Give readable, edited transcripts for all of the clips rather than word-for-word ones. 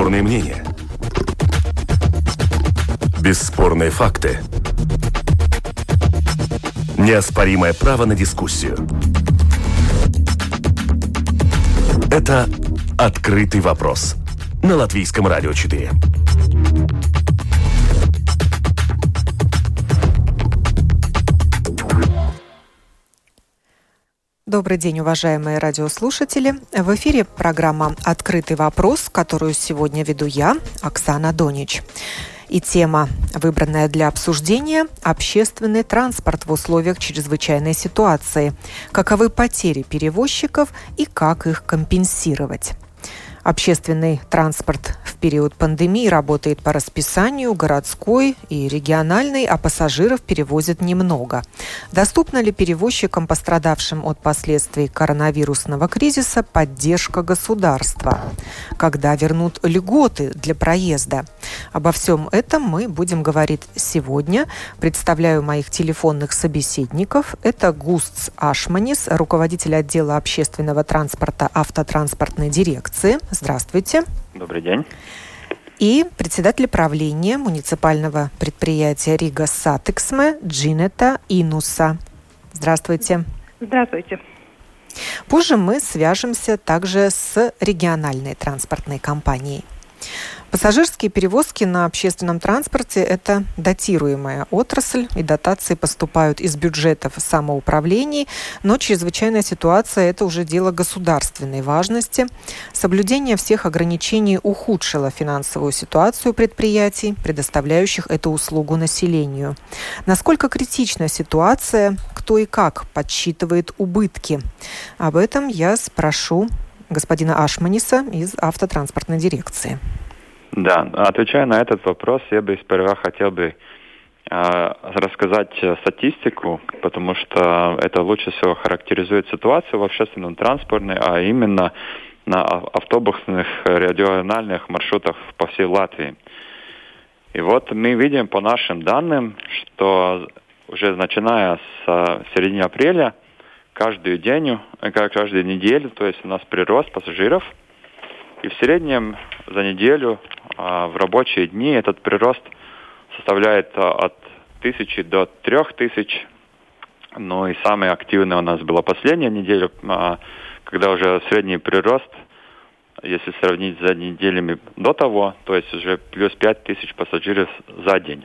Бесспорные мнения. Бесспорные факты. Неоспоримое право на дискуссию. Это «Открытый вопрос» на Латвийском радио 4. Добрый день, уважаемые радиослушатели. В эфире программа «Открытый вопрос», которую сегодня веду я, Оксана Донич. И тема, выбранная для обсуждения – общественный транспорт в условиях чрезвычайной ситуации. Каковы потери перевозчиков и как их компенсировать? Общественный транспорт в период пандемии работает по расписанию, городской и региональный, а пассажиров перевозят немного. Доступна ли перевозчикам, пострадавшим от последствий коронавирусного кризиса, поддержка государства? Когда вернут льготы для проезда? Обо всем этом мы будем говорить сегодня. Представляю моих телефонных собеседников. Это Густс Ашманис, руководитель отдела общественного транспорта автотранспортной дирекции. Здравствуйте. Добрый день. И председатель правления муниципального предприятия Рига Сатексме Джинета Инуса. Здравствуйте. Здравствуйте. Позже мы свяжемся также с региональной транспортной компанией. Пассажирские перевозки на общественном транспорте – это датируемая отрасль, и дотации поступают из бюджетов самоуправлений, но чрезвычайная ситуация – это уже дело государственной важности. Соблюдение всех ограничений ухудшило финансовую ситуацию предприятий, предоставляющих эту услугу населению. Насколько критична ситуация, кто и как подсчитывает убытки? Об этом я спрошу господина Ашманиса из автотранспортной дирекции. Да, отвечая на этот вопрос, я бы сперва хотел бы рассказать статистику, потому что это лучше всего характеризует ситуацию в общественном транспорте, а именно на автобусных региональных маршрутах по всей Латвии. И вот мы видим по нашим данным, что уже начиная с середины апреля, каждую неделю, то есть у нас прирост пассажиров, и в среднем за неделю в рабочие дни этот прирост составляет от 1000 до 3000. Ну и самый активный у нас была последняя неделя, когда уже средний прирост, если сравнить за неделями до того, то есть уже плюс 5000 пассажиров за день.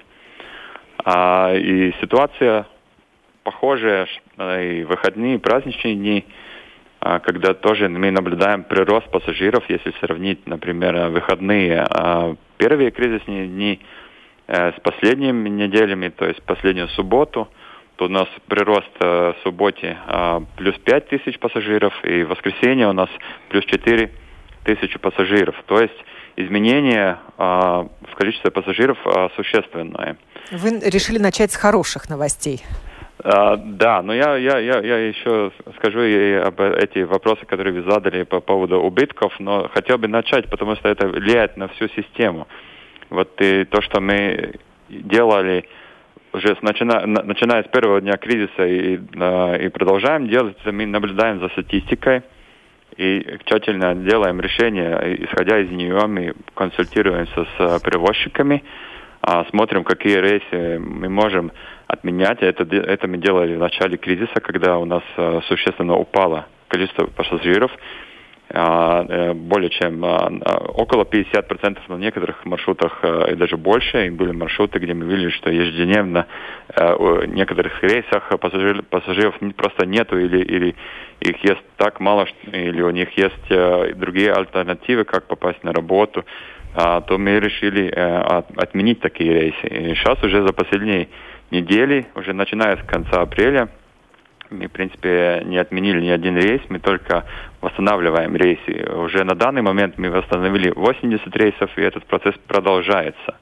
И ситуация похожая и в выходные, и праздничные дни, когда тоже мы наблюдаем прирост пассажиров, если сравнить, например, выходные, первые кризисные дни с последними неделями, то есть последнюю субботу, то у нас прирост в субботе плюс 5000 пассажиров, и в воскресенье у нас плюс 4000 пассажиров. То есть изменение в количестве пассажиров существенное. Вы решили начать с хороших новостей. Да, но я еще скажу и об эти вопросы, которые вы задали по поводу убытков, но хотел бы начать, потому что это влияет на всю систему. Вот и то, что мы делали уже начиная с первого дня кризиса и продолжаем делать, мы наблюдаем за статистикой и тщательно делаем решения, исходя из нее мы консультируемся с перевозчиками, смотрим, какие рейсы мы можем отменять. Это мы делали в начале кризиса, когда у нас существенно упало количество пассажиров, более чем около 50% на некоторых маршрутах и даже больше. И были маршруты, где мы видели, что ежедневно в некоторых рейсах пассажиров просто нету, или их есть так мало, или у них есть другие альтернативы, как попасть на работу, то мы решили отменить такие рейсы. И сейчас уже за последние недели, уже начиная с конца апреля, мы, в принципе, не отменили ни один рейс, мы только восстанавливаем рейсы. Уже на данный момент мы восстановили 80 рейсов, и этот процесс продолжается.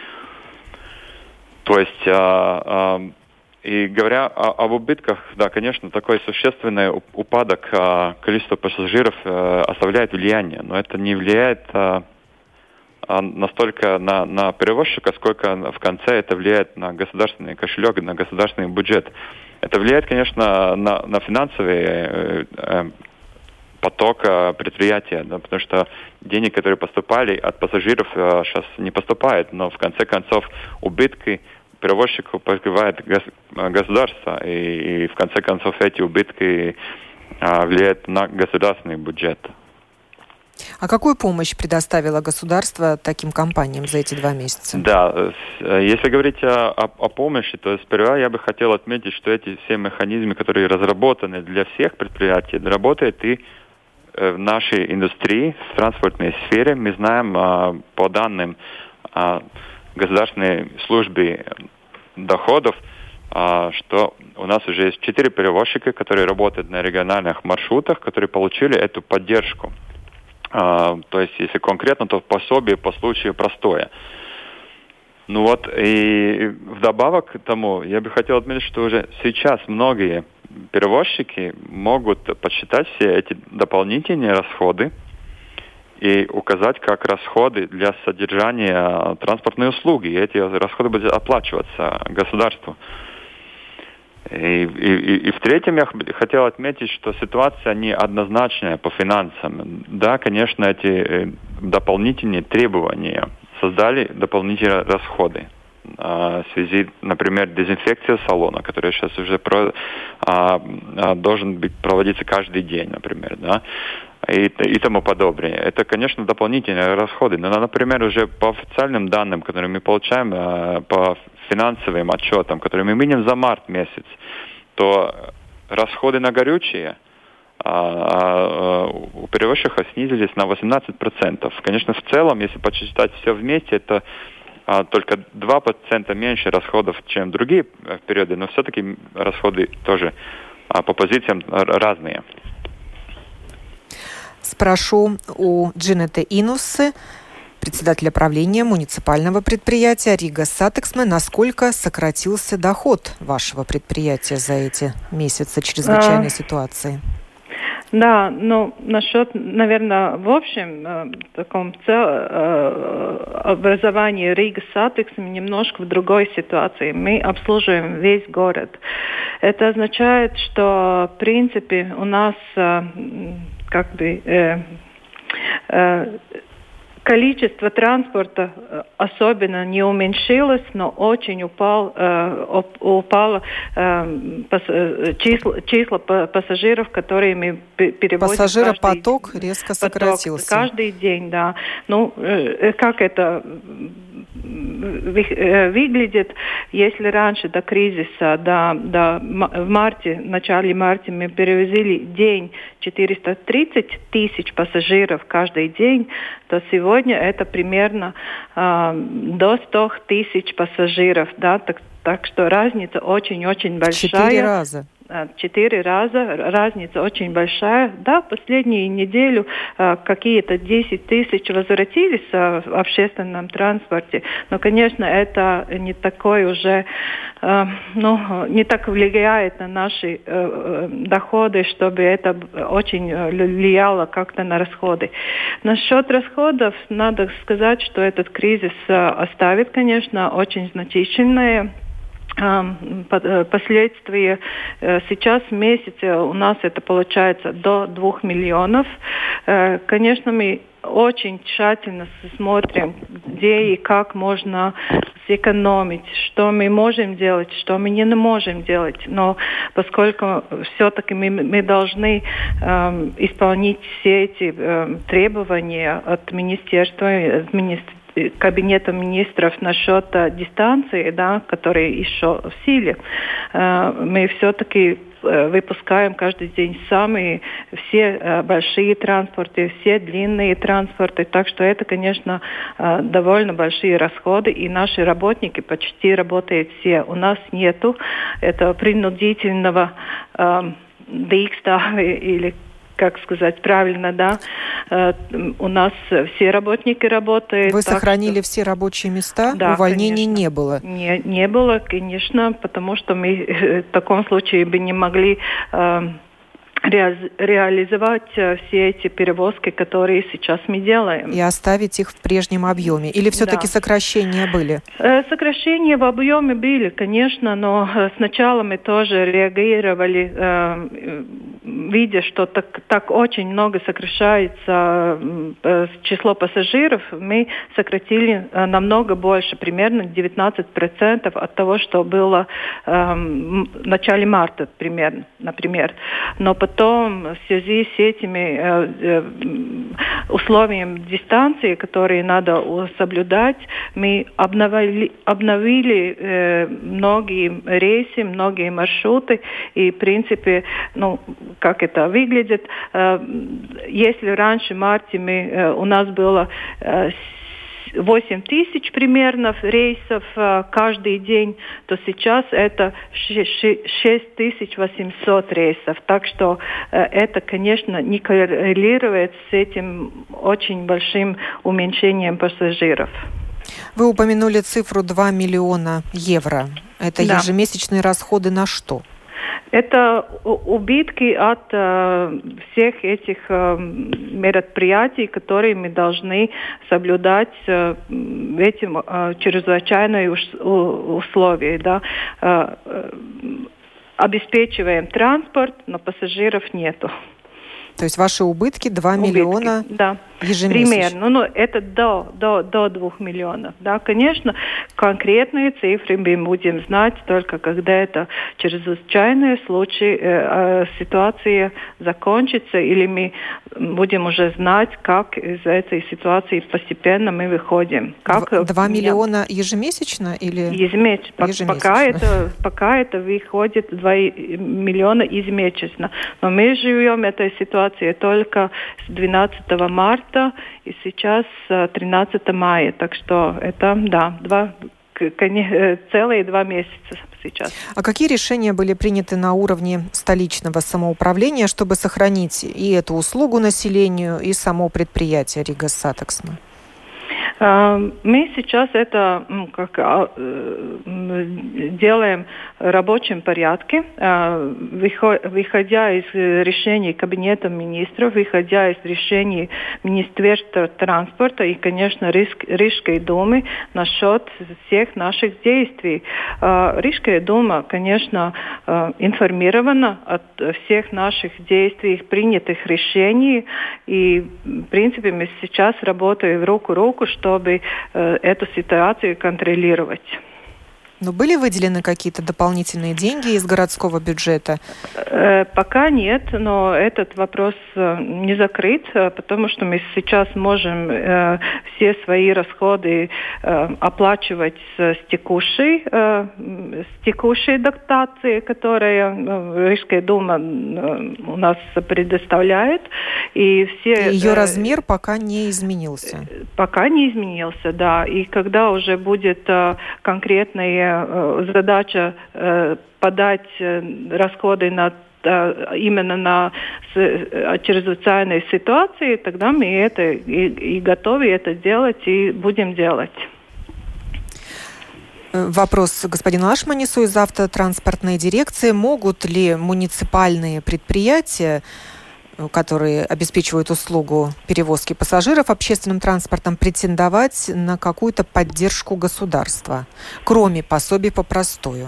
То есть, и говоря об убытках, да, конечно, такой существенный упадок количества пассажиров оставляет влияние, но это не влияет настолько на перевозчика, сколько в конце это влияет на государственный кошелек, на государственный бюджет. Это влияет, конечно, на финансовые потока предприятия, да, потому что деньги, которые поступали от пассажиров, сейчас не поступают, но в конце концов убытки перевозчиков покрывает государство, и в конце концов эти убытки влияют на государственный бюджет. А какую помощь предоставило государство таким компаниям за эти 2 месяца? Да, если говорить о помощи, то сперва я бы хотел отметить, что эти все механизмы, которые разработаны для всех предприятий, работают и в нашей индустрии, в транспортной сфере. Мы знаем по данным Государственной службы доходов, что у нас уже есть 4 перевозчика, которые работают на региональных маршрутах, которые получили эту поддержку. То есть, если конкретно, то пособие по случаю простое. Ну вот, и вдобавок к тому, я бы хотел отметить, что уже сейчас многие перевозчики могут подсчитать все эти дополнительные расходы и указать как расходы для содержания транспортной услуги. И эти расходы будут оплачиваться государству. И в-третьем, я хотел отметить, что ситуация неоднозначная по финансам. Да, конечно, эти дополнительные требования создали дополнительные расходы. В связи, например, дезинфекция салона, которая сейчас уже должен проводиться каждый день, например, да, и тому подобное. Это, конечно, дополнительные расходы. Но, например, уже по официальным данным, которые мы получаем, по финансовым отчетам, которые мы видим за март месяц, то расходы на горючее у перевозчиков снизились на 18%. Конечно, в целом, если подсчитать все вместе, это только 2% меньше расходов, чем другие периоды, но все-таки расходы тоже по позициям разные. Спрошу у Джинеты Инуссы, председателя правления муниципального предприятия Рига Сатексме, насколько сократился доход вашего предприятия за эти месяцы чрезвычайной ситуации? Да, насчет, наверное, в общем, таком образовании Рига Сатексме немножко в другой ситуации. Мы обслуживаем весь город. Это означает, что, в принципе, у нас количество транспорта особенно не уменьшилось, но очень упало число пассажиров, которые мы перевозим. Пассажиропоток резко сократился. Каждый день, да. Как это выглядит, если раньше до кризиса, в начале марта мы перевозили день 430 тысяч пассажиров каждый день, то сегодня это примерно до 100 тысяч пассажиров, да, так что разница очень-очень большая. 4 раза. 4 раза. Разница очень большая. Да, в последнюю неделю какие-то 10 тысяч возвратились в общественном транспорте. Но, конечно, это не такой уже, не так влияет на наши доходы, чтобы это очень влияло как-то на расходы. Насчет расходов надо сказать, что этот кризис оставит, конечно, очень значительные последствия. Сейчас в месяце у нас это получается до 2 миллионов. Конечно, мы очень тщательно смотрим, где и как можно сэкономить, что мы можем делать, что мы не можем делать. Но поскольку все-таки мы должны исполнить все эти требования от министерства, Кабинета министров насчет дистанции, да, которые еще в силе, мы все-таки выпускаем каждый день все большие транспорты, все длинные транспорты. Так что это, конечно, довольно большие расходы. И наши работники почти работают все. У нас нету этого принудительного дикста или как сказать правильно, да, у нас все работники работают. Вы сохранили все рабочие места? Да, увольнений конечно. Не было? Не было, конечно, потому что мы в таком случае бы не могли реализовать все эти перевозки, которые сейчас мы делаем. И оставить их в прежнем объеме? Или все-таки сокращения были? Сокращения в объеме были, конечно, но сначала мы тоже реагировали видя, что так очень много сокращается число пассажиров, мы сократили намного больше, примерно 19% от того, что было в начале марта, например. Но потом в связи с этими условиями дистанции, которые надо соблюдать, мы обновили многие рейсы, многие маршруты, и, в принципе, как это выглядит, если раньше в марте у нас было 8 тысяч примерно рейсов каждый день, то сейчас это 6800 рейсов. Так что это, конечно, не коррелирует с этим очень большим уменьшением пассажиров. Вы упомянули цифру 2 миллиона евро. Это ежемесячные расходы на что? Это убытки от всех этих мероприятий, которые мы должны соблюдать в этим чрезвычайные условия. Да. Обеспечиваем транспорт, но пассажиров нету. То есть ваши убытки 2 миллиона ежемесячно? Примерно. Это до 2 миллионов. Да, конечно, конкретные цифры мы будем знать только когда это чрезвычайные случаи, ситуация закончится, или мы будем уже знать, как из этой ситуации постепенно мы выходим. 2 миллиона ежемесячно или? Ежемесячно. Пока это выходит 2 миллиона ежемесячно. Но мы живем в этой ситуации только с 12 марта и сейчас 13 мая. Так что это, целые 2 месяца сейчас. А какие решения были приняты на уровне столичного самоуправления, чтобы сохранить и эту услугу населению, и само предприятие Рига Сатексме? Мы сейчас это делаем в рабочем порядке, выходя из решений Кабинета министров, выходя из решений Министерства транспорта и, конечно, Рижской думы насчет всех наших действий. Рижская дума, конечно, информирована от всех наших действий, принятых решений, и, в принципе, мы сейчас работаем руку в руку, чтобы эту ситуацию контролировать. Но были выделены какие-то дополнительные деньги из городского бюджета? Пока нет, но этот вопрос не закрыт, потому что мы сейчас можем все свои расходы оплачивать с текущей дотации, которая Рижская дума у нас предоставляет. И ее размер пока не изменился? Пока не изменился, да. И когда уже будет конкретная задача подать расходы именно на чрезвычайные ситуации, тогда мы это и готовы это делать, и будем делать. Вопрос господину Ашманису из автотранспортной дирекции. Могут ли муниципальные предприятия, которые обеспечивают услугу перевозки пассажиров общественным транспортом, претендовать на какую-то поддержку государства, кроме пособий по простою?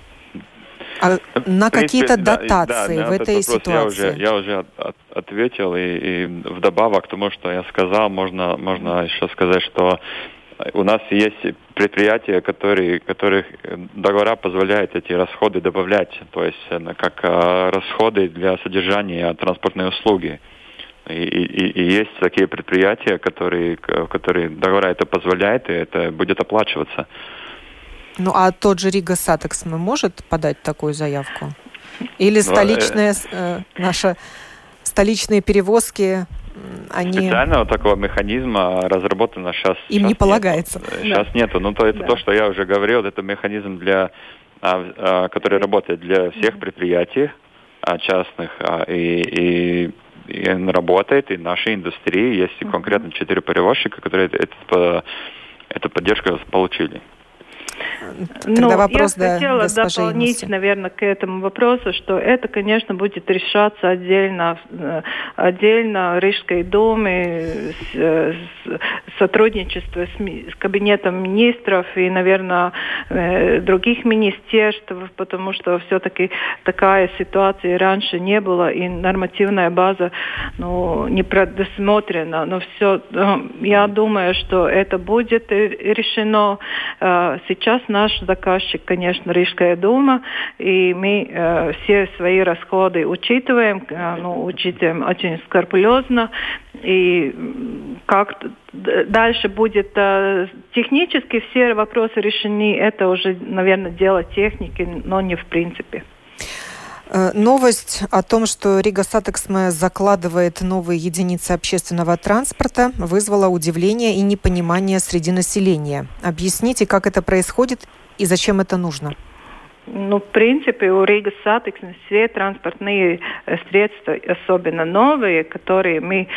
На какие-то дотации в этой ситуации? Я уже ответил, и вдобавок к тому, что я сказал, можно еще сказать, что у нас есть предприятия, которых договора позволяют эти расходы добавлять, то есть как расходы для содержания транспортной услуги. И есть такие предприятия, которые договора это позволяют, и это будет оплачиваться. Ну а тот же Рига Сатексме может подать такую заявку? Или наши столичные перевозки, они... Специального такого механизма разработано сейчас. Им не полагается. Сейчас нету. Но это то, что я уже говорил, это механизм который работает для всех предприятий частных, и он работает, и в нашей индустрии есть конкретно 4 перевозчика, которые эту поддержку получили. Тогда вопрос, я хотела дополнить, наверное, к этому вопросу, что это, конечно, будет решаться отдельно Рижской Думе, сотрудничество с Кабинетом министров и, наверное, других министерств, потому что все-таки такая ситуация раньше не было, и нормативная база не предусмотрена. Но все, я думаю, что это будет решено. Сейчас наш заказчик, конечно, Рижская Дума, и мы все свои расходы учитываем очень скрупулезно. И как дальше будет технически все вопросы решены, это уже, наверное, дело техники, но не в принципе. Новость о том, что Рига Сатексме закладывает новые единицы общественного транспорта, вызвала удивление и непонимание среди населения. Объясните, как это происходит и зачем это нужно? В принципе, у Рига Сатексме все транспортные средства, особенно новые, которые мы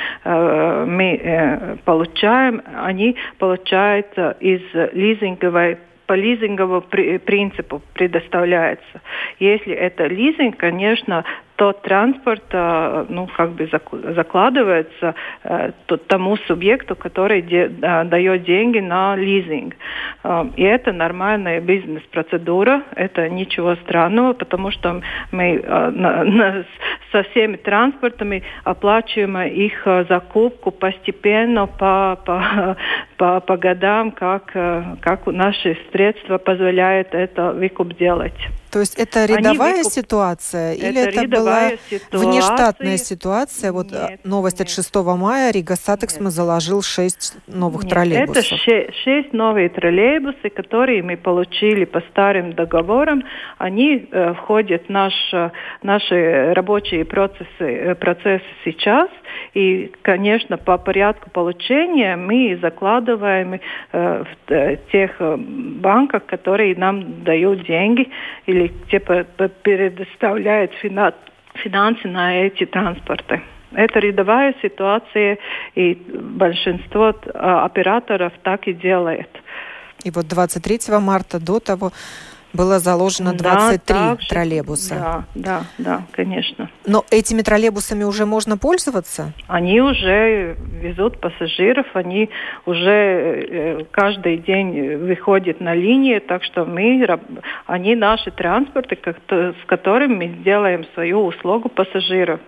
получаем, они получаются из по лизинговому принципу предоставляется. Если это лизинг, конечно, тот транспорт, закладывается тому субъекту, который дает деньги на лизинг. И это нормальная бизнес-процедура, это ничего странного, потому что мы со всеми транспортами оплачиваем их закупку постепенно по годам, как наши средства позволяют это выкуп делать. То есть это рядовая ситуация или это была внештатная ситуация? Вот нет, новость от 6 мая. Рига Сатексме заложил 6 новых троллейбусов. Это 6 новые троллейбусы, которые мы получили по старым договорам. Они входят в наши рабочие процессы сейчас. И, конечно, по порядку получения мы закладываем в тех банках, которые нам дают деньги или предоставляют финансы на эти транспорты. Это рядовая ситуация, и большинство операторов так и делает. И вот 23 марта до того было заложено 23 троллейбуса. Да, конечно. Но этими троллейбусами уже можно пользоваться? Они уже везут пассажиров, они уже каждый день выходят на линии, так что они наши транспорты, с которыми мы делаем свою услугу пассажиров.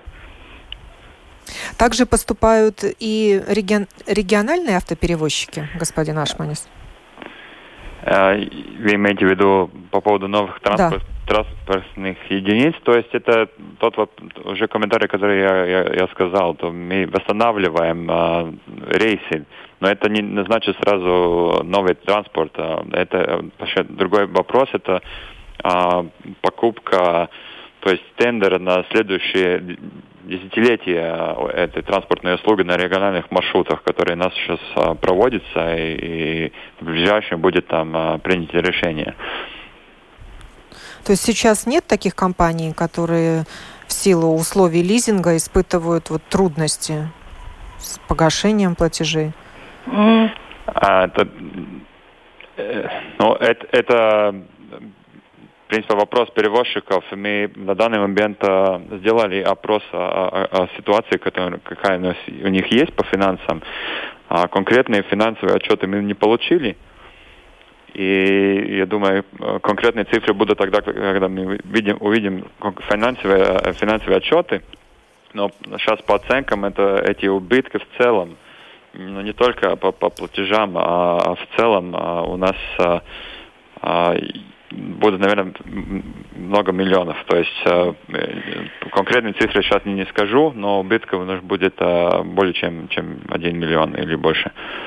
Также поступают и региональные автоперевозчики, господин Ашманис? Вы имеете в виду по поводу новых транспортных единиц? То есть это тот уже комментарий, который я сказал, то мы восстанавливаем рейсы, но это не значит сразу новый транспорт. Это другой вопрос, это покупка, то есть тендер на следующее десятилетие этой транспортной услуги на региональных маршрутах, которые у нас сейчас проводятся, и в ближайшем будет там принято решение. То есть сейчас нет таких компаний, которые в силу условий лизинга испытывают трудности с погашением платежей? Это в принципе, вопрос перевозчиков. Мы на данный момент сделали опрос о ситуации, какая у них есть по финансам. Конкретные финансовые отчеты мы не получили. И я думаю, конкретные цифры будут тогда, когда мы увидим финансовые отчеты. Но сейчас по оценкам эти убытки в целом, не только по платежам, а в целом у нас будут, наверное, много миллионов. То есть конкретные цифры сейчас не скажу, но убытков у нас будет более чем 1 миллион или больше.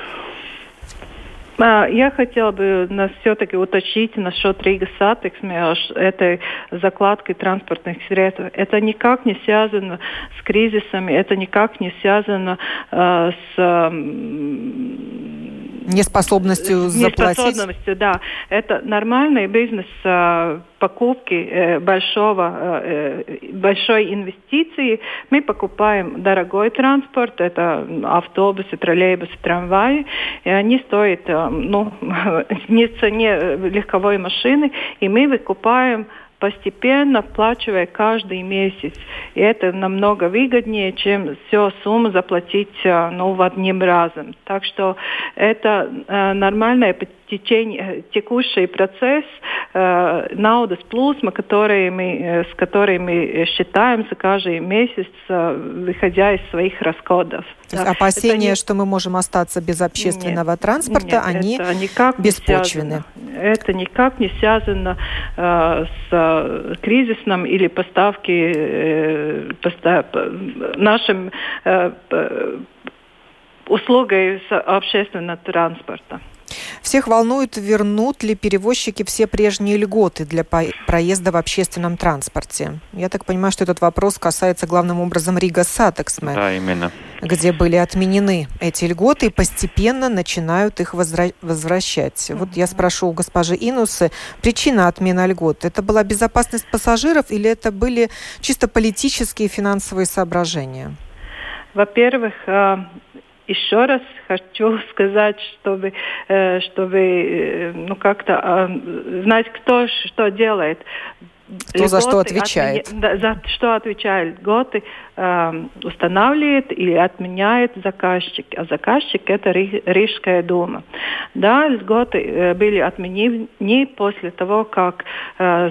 Я хотела бы все-таки уточнить насчет Рига Сатексме, этой закладки транспортных средств. Это никак не связано с кризисами, это никак не связано с неспособностью заплатить. Неспособностью, да. Это нормальный бизнес покупки большой инвестиции. Мы покупаем дорогой транспорт, это автобусы, троллейбусы, трамваи, и они стоят не цене легковой машины, и мы выкупаем постепенно, оплачивая каждый месяц. И это намного выгоднее, чем всю сумму заплатить в одним разом. Так что это нормальное текущий процесс naudas плūsma, с которой мы считаемся каждый месяц, выходя из своих расходов. То есть опасения, что мы можем остаться без общественного транспорта, они беспочвенны. Это никак не связано с кризисом или нашим услугой общественного транспорта. Всех волнует, вернут ли перевозчики все прежние льготы для проезда в общественном транспорте. Я так понимаю, что этот вопрос касается главным образом Рига Сатексме. Да, именно. Где были отменены эти льготы и постепенно начинают их возвращать. Вот я спрошу у госпожи Инусы, причина отмены льгот. Это была безопасность пассажиров или это были чисто политические и финансовые соображения? Во-первых, еще раз хочу сказать, чтобы как-то знать, кто что делает. Кто за что отвечает. За что отвечает льготы, устанавливает или отменяет заказчик. А заказчик – это Рижская дума. Да, льготы были отменены после того, как с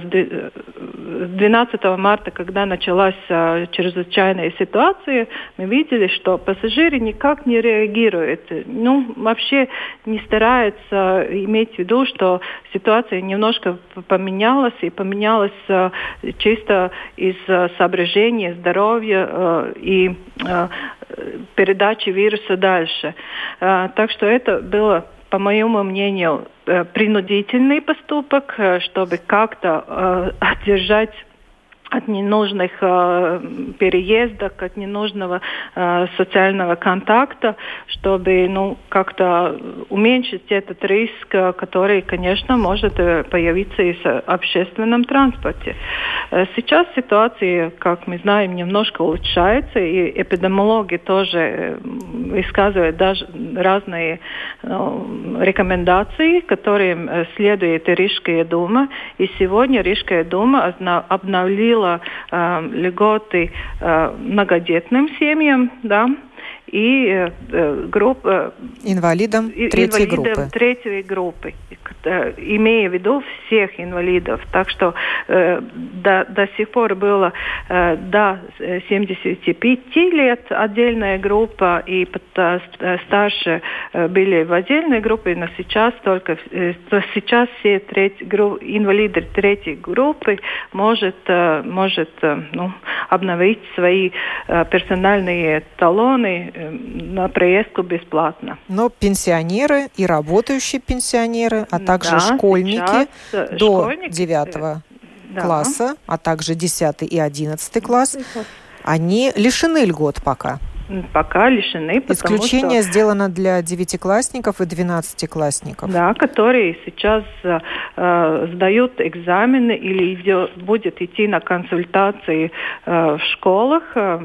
12 марта, когда началась чрезвычайная ситуация, мы видели, что пассажиры никак не реагируют. Вообще не стараются иметь в виду, что ситуация немножко поменялась, и поменялась чисто из соображений здоровья и передачи вируса дальше. Так что это было, по моему мнению, принудительный поступок, чтобы как-то отдержать от ненужных переездов, от ненужного социального контакта, чтобы как-то уменьшить этот риск, который, конечно, может появиться и в общественном транспорте. Сейчас ситуация, как мы знаем, немножко улучшается, и эпидемиологи тоже высказывают даже разные рекомендации, которым следует Рижская дума. И сегодня Рижская дума обновила льготы многодетным семьям, да, и инвалидам третьей группы, имея в виду всех инвалидов. Так что до сих пор было до 75 лет отдельная группа, и старше были в отдельной группе, но сейчас все инвалиды третьей группы может обновить свои персональные талоны на проездку бесплатно. Но пенсионеры и работающие пенсионеры, а также школьники до 9 класса, а также 10 и 11 класс, они лишены льгот пока. Пока лишены, потому исключение сделано для 9-классников и 12-классников. Да, которые сейчас сдают экзамены или будет идти на консультации в школах,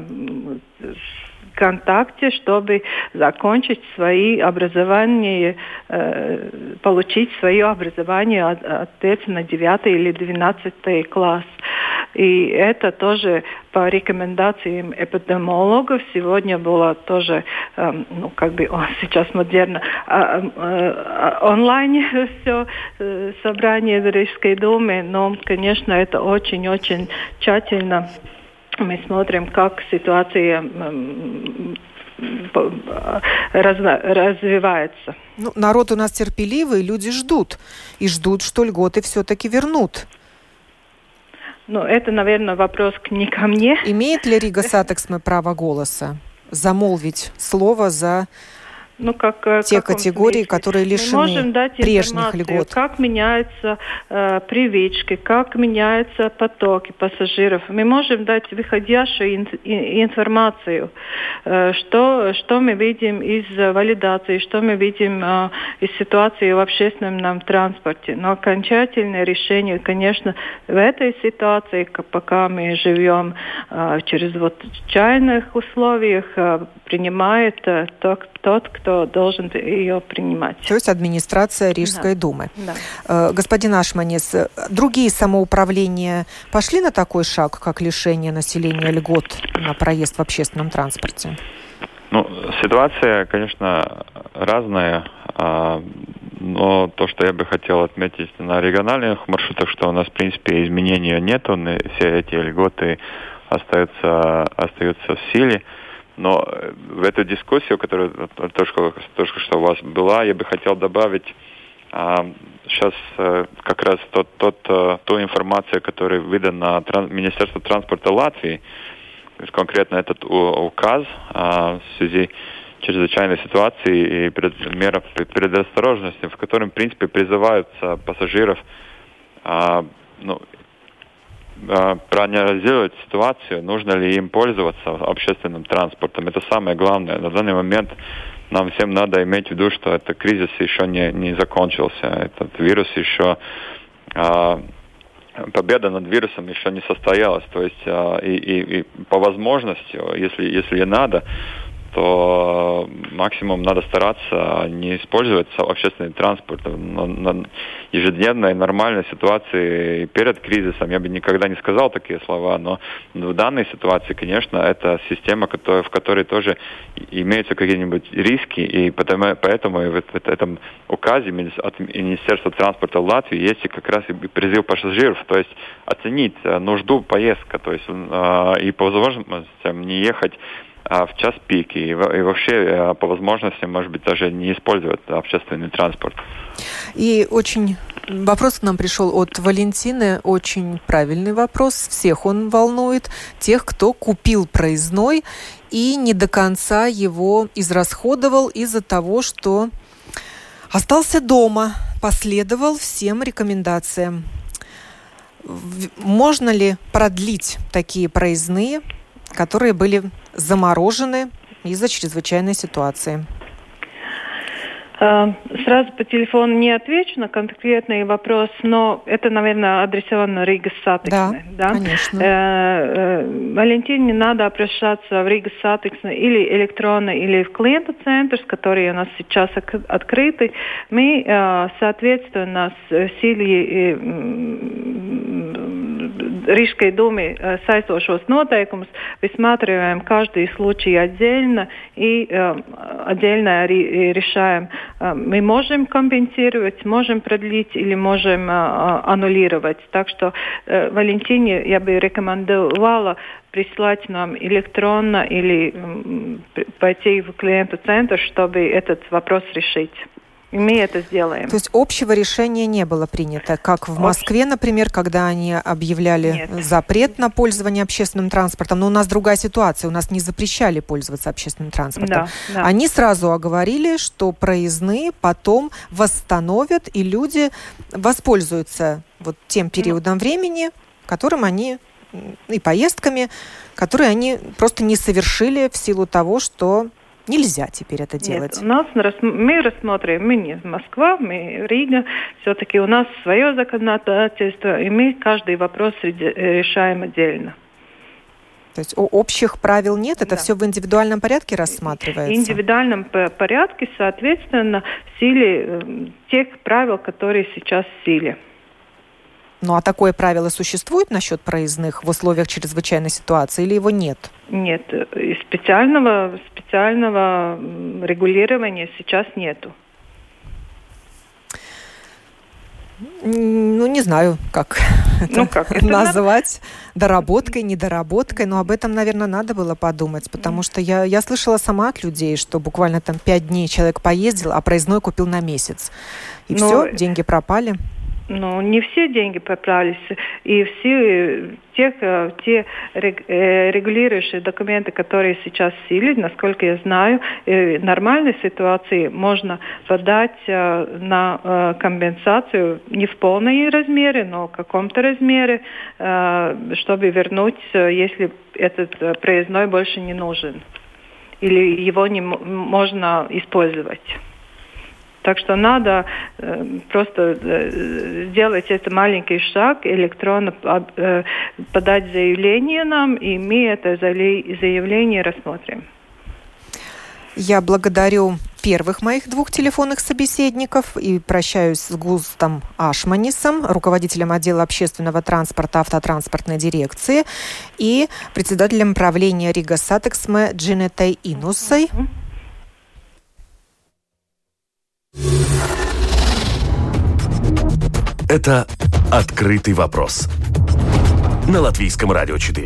ВКонтакте, чтобы закончить свои образования, получить свое образование, ответственно, 9 или 12 класс. И это тоже по рекомендациям эпидемиологов. Сегодня было тоже, сейчас модерно, онлайн все собрание в Рижской думе, но, конечно, это очень-очень тщательно. Мы смотрим, как ситуация развивается. Народ у нас терпеливый, люди ждут. И ждут, что льготы все-таки вернут. Это, наверное, вопрос не ко мне. Имеет ли Рига Сатексме право голоса? Замолвить слово за те категории, которые лишены прежних льгот. Как меняются привычки, как меняются потоки пассажиров. Мы можем дать выходящую информацию, что мы видим из валидации, что мы видим из ситуации в общественном транспорте. Но окончательное решение, конечно, в этой ситуации, пока мы живем через чрезвычайных условиях, принимает тот, кто должен ее принимать. То есть администрация Рижской думы. Да. Господин Ашманис, другие самоуправления пошли на такой шаг, как лишение населения льгот на проезд в общественном транспорте? Ситуация, конечно, разная. Но то, что я бы хотел отметить на региональных маршрутах, что у нас, в принципе, изменений нету, все эти льготы остаются в силе. Но в эту дискуссию, которая только что у вас была, я бы хотел добавить сейчас как раз ту информацию, которая выдана Министерству транспорта Латвии, то есть конкретно этот указ в связи с чрезвычайной ситуацией и мера предосторожности, в котором, в принципе, призываются пассажиров проанализировать ситуацию, нужно ли им пользоваться общественным транспортом. Это самое главное. На данный момент нам всем надо иметь в виду, что этот кризис еще не закончился. Этот вирус еще... победа над вирусом еще не состоялась. То есть и по возможности, если надо, то максимум надо стараться не использовать общественный транспорт. На ежедневной нормальной ситуации перед кризисом я бы никогда не сказал такие слова, но в данной ситуации, конечно, это система, в которой тоже имеются какие-нибудь риски, и поэтому в этом указе от Министерства транспорта Латвии есть как раз и призыв пассажиров, то есть оценить нужду поездка, то есть и по возможностям не ехать в час пик и вообще по возможности, может быть, даже не использовать общественный транспорт. И вопрос к нам пришел от Валентины, очень правильный вопрос, всех он волнует, тех, кто купил проездной и не до конца его израсходовал из-за того, что остался дома, последовал всем рекомендациям. Можно ли продлить такие проездные, которые были заморожены из-за чрезвычайной ситуации? Сразу по телефону не отвечу на конкретный вопрос, но это, наверное, адресовано Рига Сатиксне. Да, конечно. Валентине надо обращаться в Рига Сатиксне или электронно, или в клиента-центр, которые у нас сейчас открыты. Мы, соответственно, с силой Рижской думы сaistošos noteikumus высматриваем каждый случай отдельно и отдельно решаем. Мы можем компенсировать, можем продлить или можем аннулировать. Так что Валентине я бы рекомендовала прислать нам электронно или пойти в клиента-центр, чтобы этот вопрос решить. И мы это сделаем. То есть общего решения не было принято, как в Москве, например, когда они объявляли запрет на пользование общественным транспортом. Но у нас другая ситуация, у нас не запрещали пользоваться общественным транспортом. Да. Они сразу оговорили, что проездные потом восстановят, и люди воспользуются тем периодом времени, которым они, и поездками, которые они просто не совершили в силу того, что нельзя теперь это делать. Нет, мы рассмотрим, мы не Москва, мы Рига, все-таки у нас свое законодательство, и мы каждый вопрос решаем отдельно. То есть общих правил нет? Это все в индивидуальном порядке рассматривается? В индивидуальном порядке, соответственно, в силе тех правил, которые сейчас в силе. Ну, а такое правило существует насчет проездных в условиях чрезвычайной ситуации или его нет? Нет, специального регулирования сейчас нету. Ну, не знаю, как это назвать. Доработкой, недоработкой. Но об этом, наверное, надо было подумать. Потому что я слышала сама от людей, что буквально 5 дней человек поездил, а проездной купил на месяц. И все, деньги пропали. не все деньги поправились, и все те регулирующие документы, которые сейчас в силе, насколько я знаю, в нормальной ситуации можно подать на компенсацию не в полном размере, но в каком-то размере, чтобы вернуть, если этот проездной больше не нужен или его не можно использовать. Так что надо просто сделать этот маленький шаг, электронно подать заявление нам, и мы это заявление рассмотрим. Я благодарю первых моих двух телефонных собеседников и прощаюсь с Густом Ашманисом, руководителем отдела общественного транспорта автотранспортной дирекции, и председателем правления Рига Сатексме Джинетой Инусой. Это «Открытый вопрос» на Латвийском радио 4.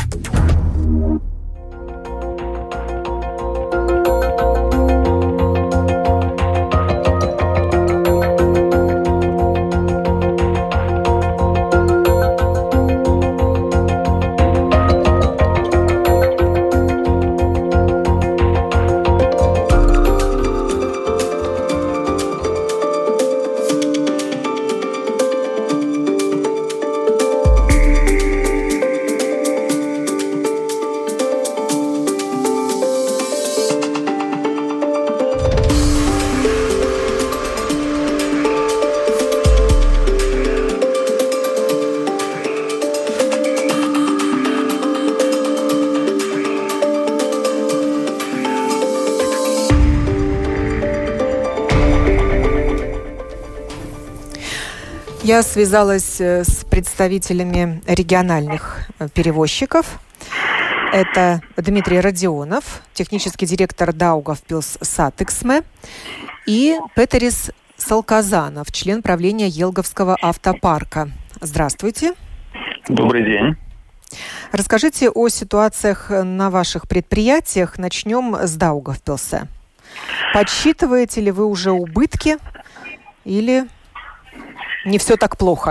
Я связалась с представителями региональных перевозчиков. Это Дмитрий Родионов, технический директор Даугавпилс Сатексме, и Петерис Салказанов, член правления Елговского автопарка. Здравствуйте. Добрый день. Расскажите о ситуациях на ваших предприятиях. Начнем с Даугавпилса. Подсчитываете ли вы уже убытки или не все так плохо?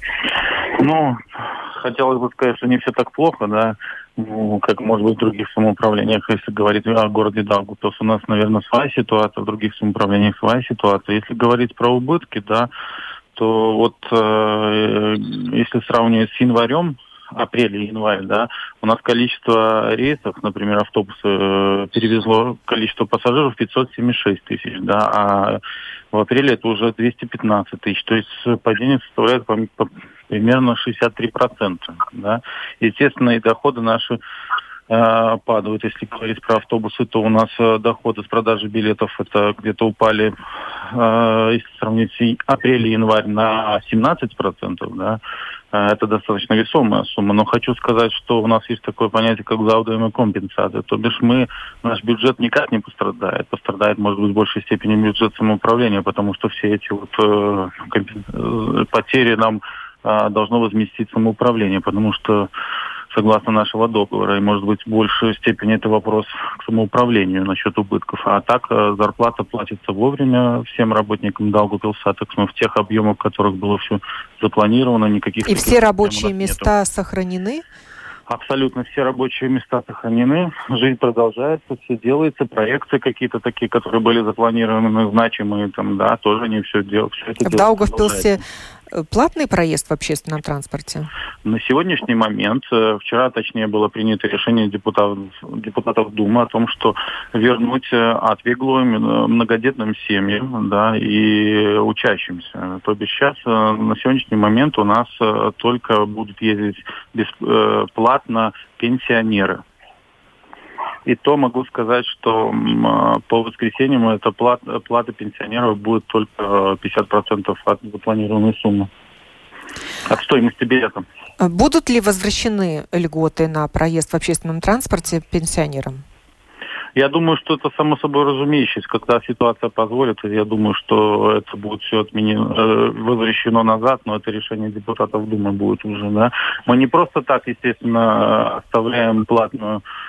Хотелось бы сказать, что не все так плохо, да. Как, может быть, в других самоуправлениях, если говорить о городе Даугавпилс, у нас, наверное, своя ситуация, в других самоуправлениях своя ситуация. Если говорить про убытки, да, то вот если сравнивать с январем, апрель и январь, да, у нас количество рейсов, например, автобусы перевезло количество пассажиров 576 тысяч, да, а в апреле это уже 215 тысяч, то есть падение составляет примерно 63%, да. Естественно, и доходы наши падают. Если говорить про автобусы, то у нас доходы с продажи билетов это где-то упали, если сравнить апрель и январь, на 17%, да. Это достаточно весомая сумма. Но хочу сказать, что у нас есть такое понятие, как заудовая компенсация. То бишь наш бюджет никак не пострадает. Пострадает, может быть, в большей степени бюджет самоуправления, потому что все эти потери нам должно возместить самоуправление, потому что согласно нашего договора, и, может быть, в большей степени это вопрос к самоуправлению насчет убытков. А так зарплата платится вовремя всем работникам Даугавпилса, в тех объемах, в которых было все запланировано, никаких... И все рабочие места сохранены? Абсолютно все рабочие места сохранены, жизнь продолжается, все делается, проекты какие-то такие, которые были запланированы, значимые, тоже они все делают. В Даугавпилсе платный проезд в общественном транспорте? На сегодняшний момент, вчера, точнее, было принято решение депутатов Думы о том, что вернуть отвегло многодетным семьям, да, и учащимся. То бишь сейчас, на сегодняшний момент у нас только будут ездить бесплатно пенсионеры. И то могу сказать, что по воскресеньям эта плата пенсионеров будет только 50% от запланированной суммы, от стоимости билета. Будут ли возвращены льготы на проезд в общественном транспорте пенсионерам? Я думаю, что это само собой разумеющееся. Когда ситуация позволит, я думаю, что это будет все возвращено назад, но это решение депутатов Думы будет уже, да. Мы не просто так, естественно, оставляем платную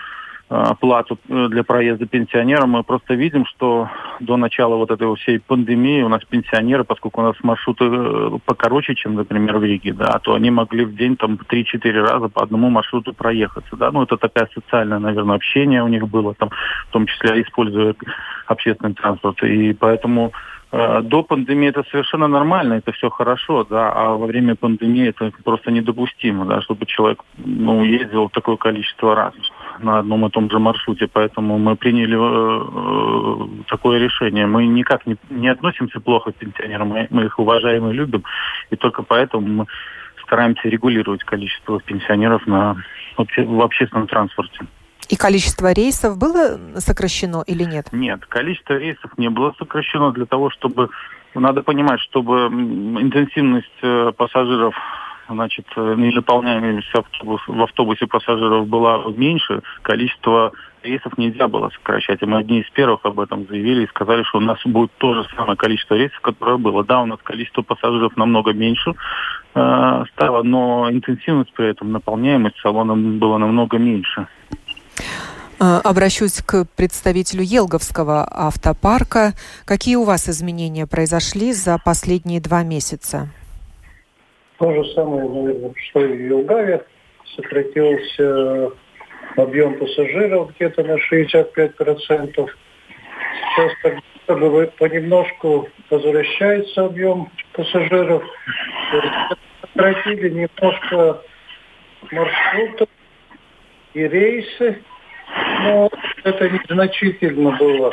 плату для проезда пенсионерам. Мы просто видим, что до начала вот этой всей пандемии у нас пенсионеры, поскольку у нас маршруты покороче, чем, например, в Риге, да, то они могли в день там 3-4 раза по одному маршруту проехаться, да, ну это такая социальное, наверное, общение у них было там, в том числе используя общественный транспорт, и поэтому до пандемии это совершенно нормально, это все хорошо, да, а во время пандемии это просто недопустимо, да, чтобы человек, ездил такое количество раз на одном и том же маршруте, поэтому мы приняли такое решение. Мы никак не относимся плохо к пенсионерам, мы их уважаем и любим, и только поэтому мы стараемся регулировать количество пенсионеров в общественном транспорте. И количество рейсов было сокращено или нет? Нет, количество рейсов не было сокращено для того, чтобы... Надо понимать, чтобы интенсивность пассажиров, ненаполняемость в автобусе пассажиров была меньше, количество рейсов нельзя было сокращать. И мы одни из первых об этом заявили и сказали, что у нас будет то же самое количество рейсов, которое было. Да, у нас количество пассажиров намного меньше стало, но интенсивность при этом, наполняемость салона была намного меньше. Обращусь к представителю Елговского автопарка. Какие у вас изменения произошли за последние 2 месяца? То же самое, наверное, что и в Елгаве. Сократился объем пассажиров где-то на 65%. Сейчас как бы понемножку возвращается объем пассажиров. Сократили немножко маршрутов и рейсы, но это незначительно было.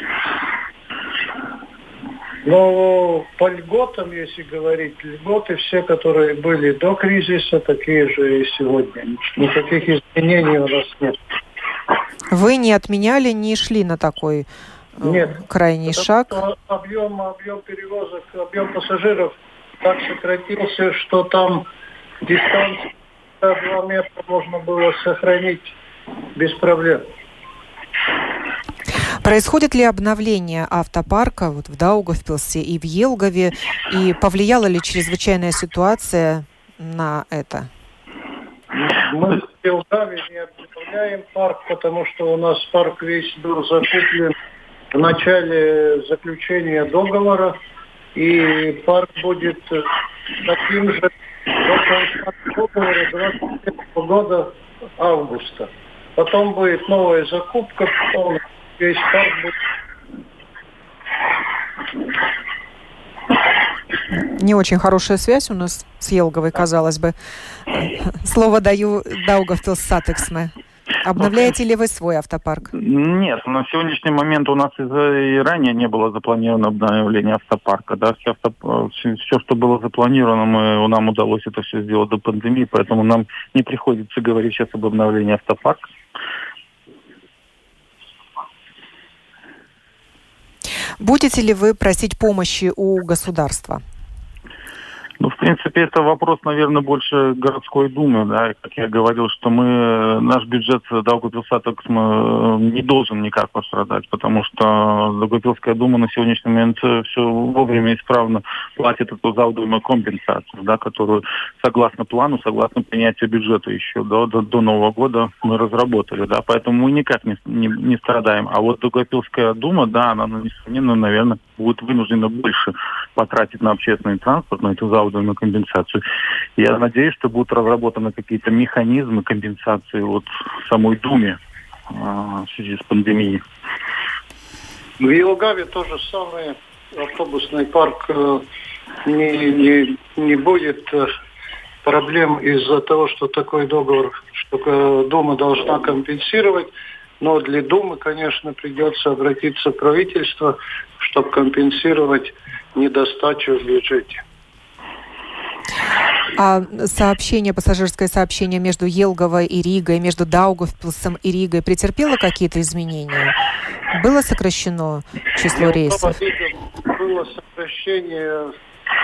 Но по льготам, если говорить, льготы все, которые были до кризиса, такие же и сегодня. Никаких изменений у нас нет. Вы не отменяли, не шли на такой крайний шаг? Объем перевозок, объем пассажиров так сократился, что там дистанцию 2 метра можно было сохранить без проблем. Происходит ли обновление автопарка в Даугавпилсе и в Елгове? И повлияла ли чрезвычайная ситуация на это? Мы в Елгаве не обновляем парк, потому что у нас парк весь был закуплен в начале заключения договора. И парк будет таким же до конца договора 2021 года августа. Потом будет новая закупка, потом весь парк будет. Не очень хорошая связь у нас с Елговой, казалось бы. Слово даю Даугавпилс Сатексме. Обновляете ли вы свой автопарк? Нет, на сегодняшний момент у нас и ранее не было запланировано обновление автопарка. Да? Все, что было запланировано, нам удалось это все сделать до пандемии, поэтому нам не приходится говорить сейчас об обновлении автопарка. Будете ли вы просить помощи у государства? В принципе, это вопрос, наверное, больше городской думы, да, как я говорил, что наш бюджет Даугавпилса не должен никак пострадать, потому что Даугавпилская дума на сегодняшний момент все вовремя исправно платит эту заведомую компенсацию, да, которую согласно плану, согласно принятию бюджета еще до Нового года мы разработали, да, поэтому мы никак не страдаем. А вот Даугавпилская дума, да, она, несомненно, наверное, будет вынуждена больше потратить на общественный транспорт, на эту заведомую компенсацию. Я надеюсь, что будут разработаны какие-то механизмы компенсации в самой Думе в связи с пандемией. В Елгаве то же самое. Автобусный парк не будет проблем из-за того, что такой договор, что Дума должна компенсировать. Но для Думы, конечно, придется обратиться в правительство, чтобы компенсировать недостачу в бюджете. А пассажирское сообщение между Елговой и Ригой, между Даугавпилсом и Ригой претерпело какие-то изменения? Было сокращено число рейсов? Было сокращение,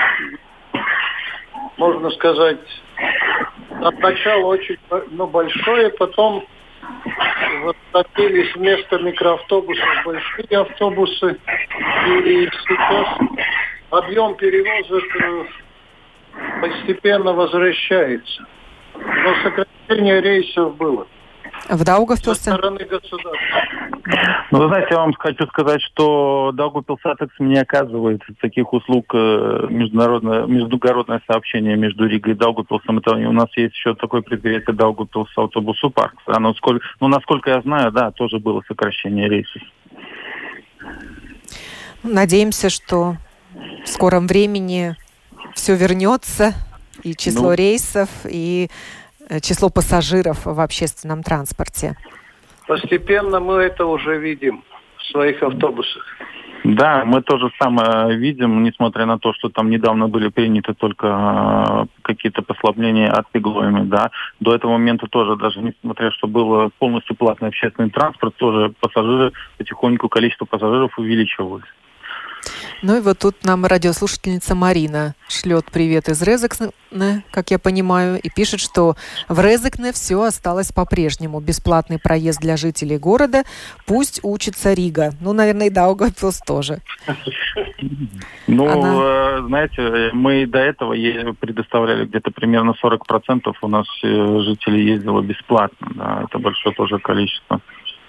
можно сказать, от начала очень большое, потом возвратились вместо микроавтобусов большие автобусы, и сейчас объем перевозок постепенно возвращается. Но сокращение рейсов было. в Даугавпилсе? Со стороны государства. Ну, вы знаете, я вам хочу сказать, что Daugavpils-Attaks не оказывает таких услуг междугородное сообщение между Ригой и Даугавпилсом. Это у нас есть еще такое предприятие Daugavpils автобусу парк. Насколько я знаю, да, тоже было сокращение рейсов. Надеемся, что в скором времени все вернется, и число рейсов, и число пассажиров в общественном транспорте. Постепенно мы это уже видим в своих автобусах. Да, мы тоже самое видим, несмотря на то, что там недавно были приняты только какие-то послабления от Пеглоями, да. До этого момента тоже, даже несмотря, что был полностью платный общественный транспорт, тоже потихоньку количество пассажиров увеличивалось. Ну и вот тут нам радиослушательница Марина шлет привет из Резекне, как я понимаю, и пишет, что в Резекне все осталось по-прежнему. Бесплатный проезд для жителей города. Пусть учится Рига. Ну, наверное, и Даугавпилс тоже. Знаете, мы до этого предоставляли где-то примерно 40% у нас жителей ездило бесплатно. Да, это большое тоже количество.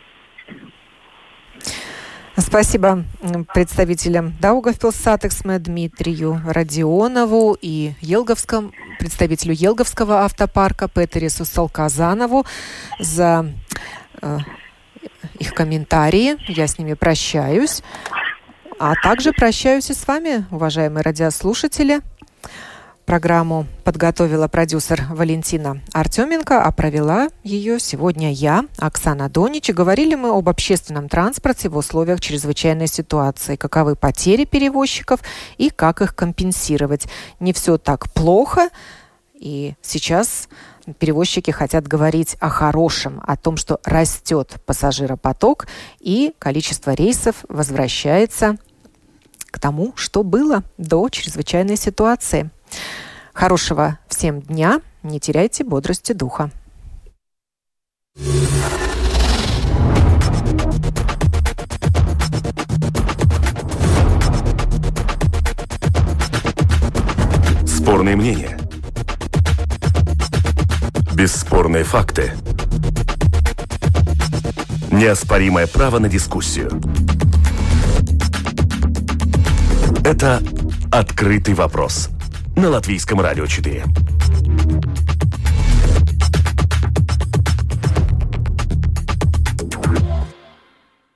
Спасибо представителям Daugavpils-Attaks Дмитрию Родионову и представителю Елговского автопарка Петерису Салказанову за их комментарии. Я с ними прощаюсь. А также прощаюсь и с вами, уважаемые радиослушатели. Программу подготовила продюсер Валентина Артеменко, а провела ее сегодня я, Оксана Донич. И говорили мы об общественном транспорте в условиях чрезвычайной ситуации, каковы потери перевозчиков и как их компенсировать. Не все так плохо, и сейчас перевозчики хотят говорить о хорошем, о том, что растет пассажиропоток и количество рейсов возвращается к тому, что было до чрезвычайной ситуации. Хорошего всем дня, не теряйте бодрости духа. Спорные мнения. Бесспорные факты. Неоспоримое право на дискуссию. Это «Открытый вопрос» на Латвийском радио 4.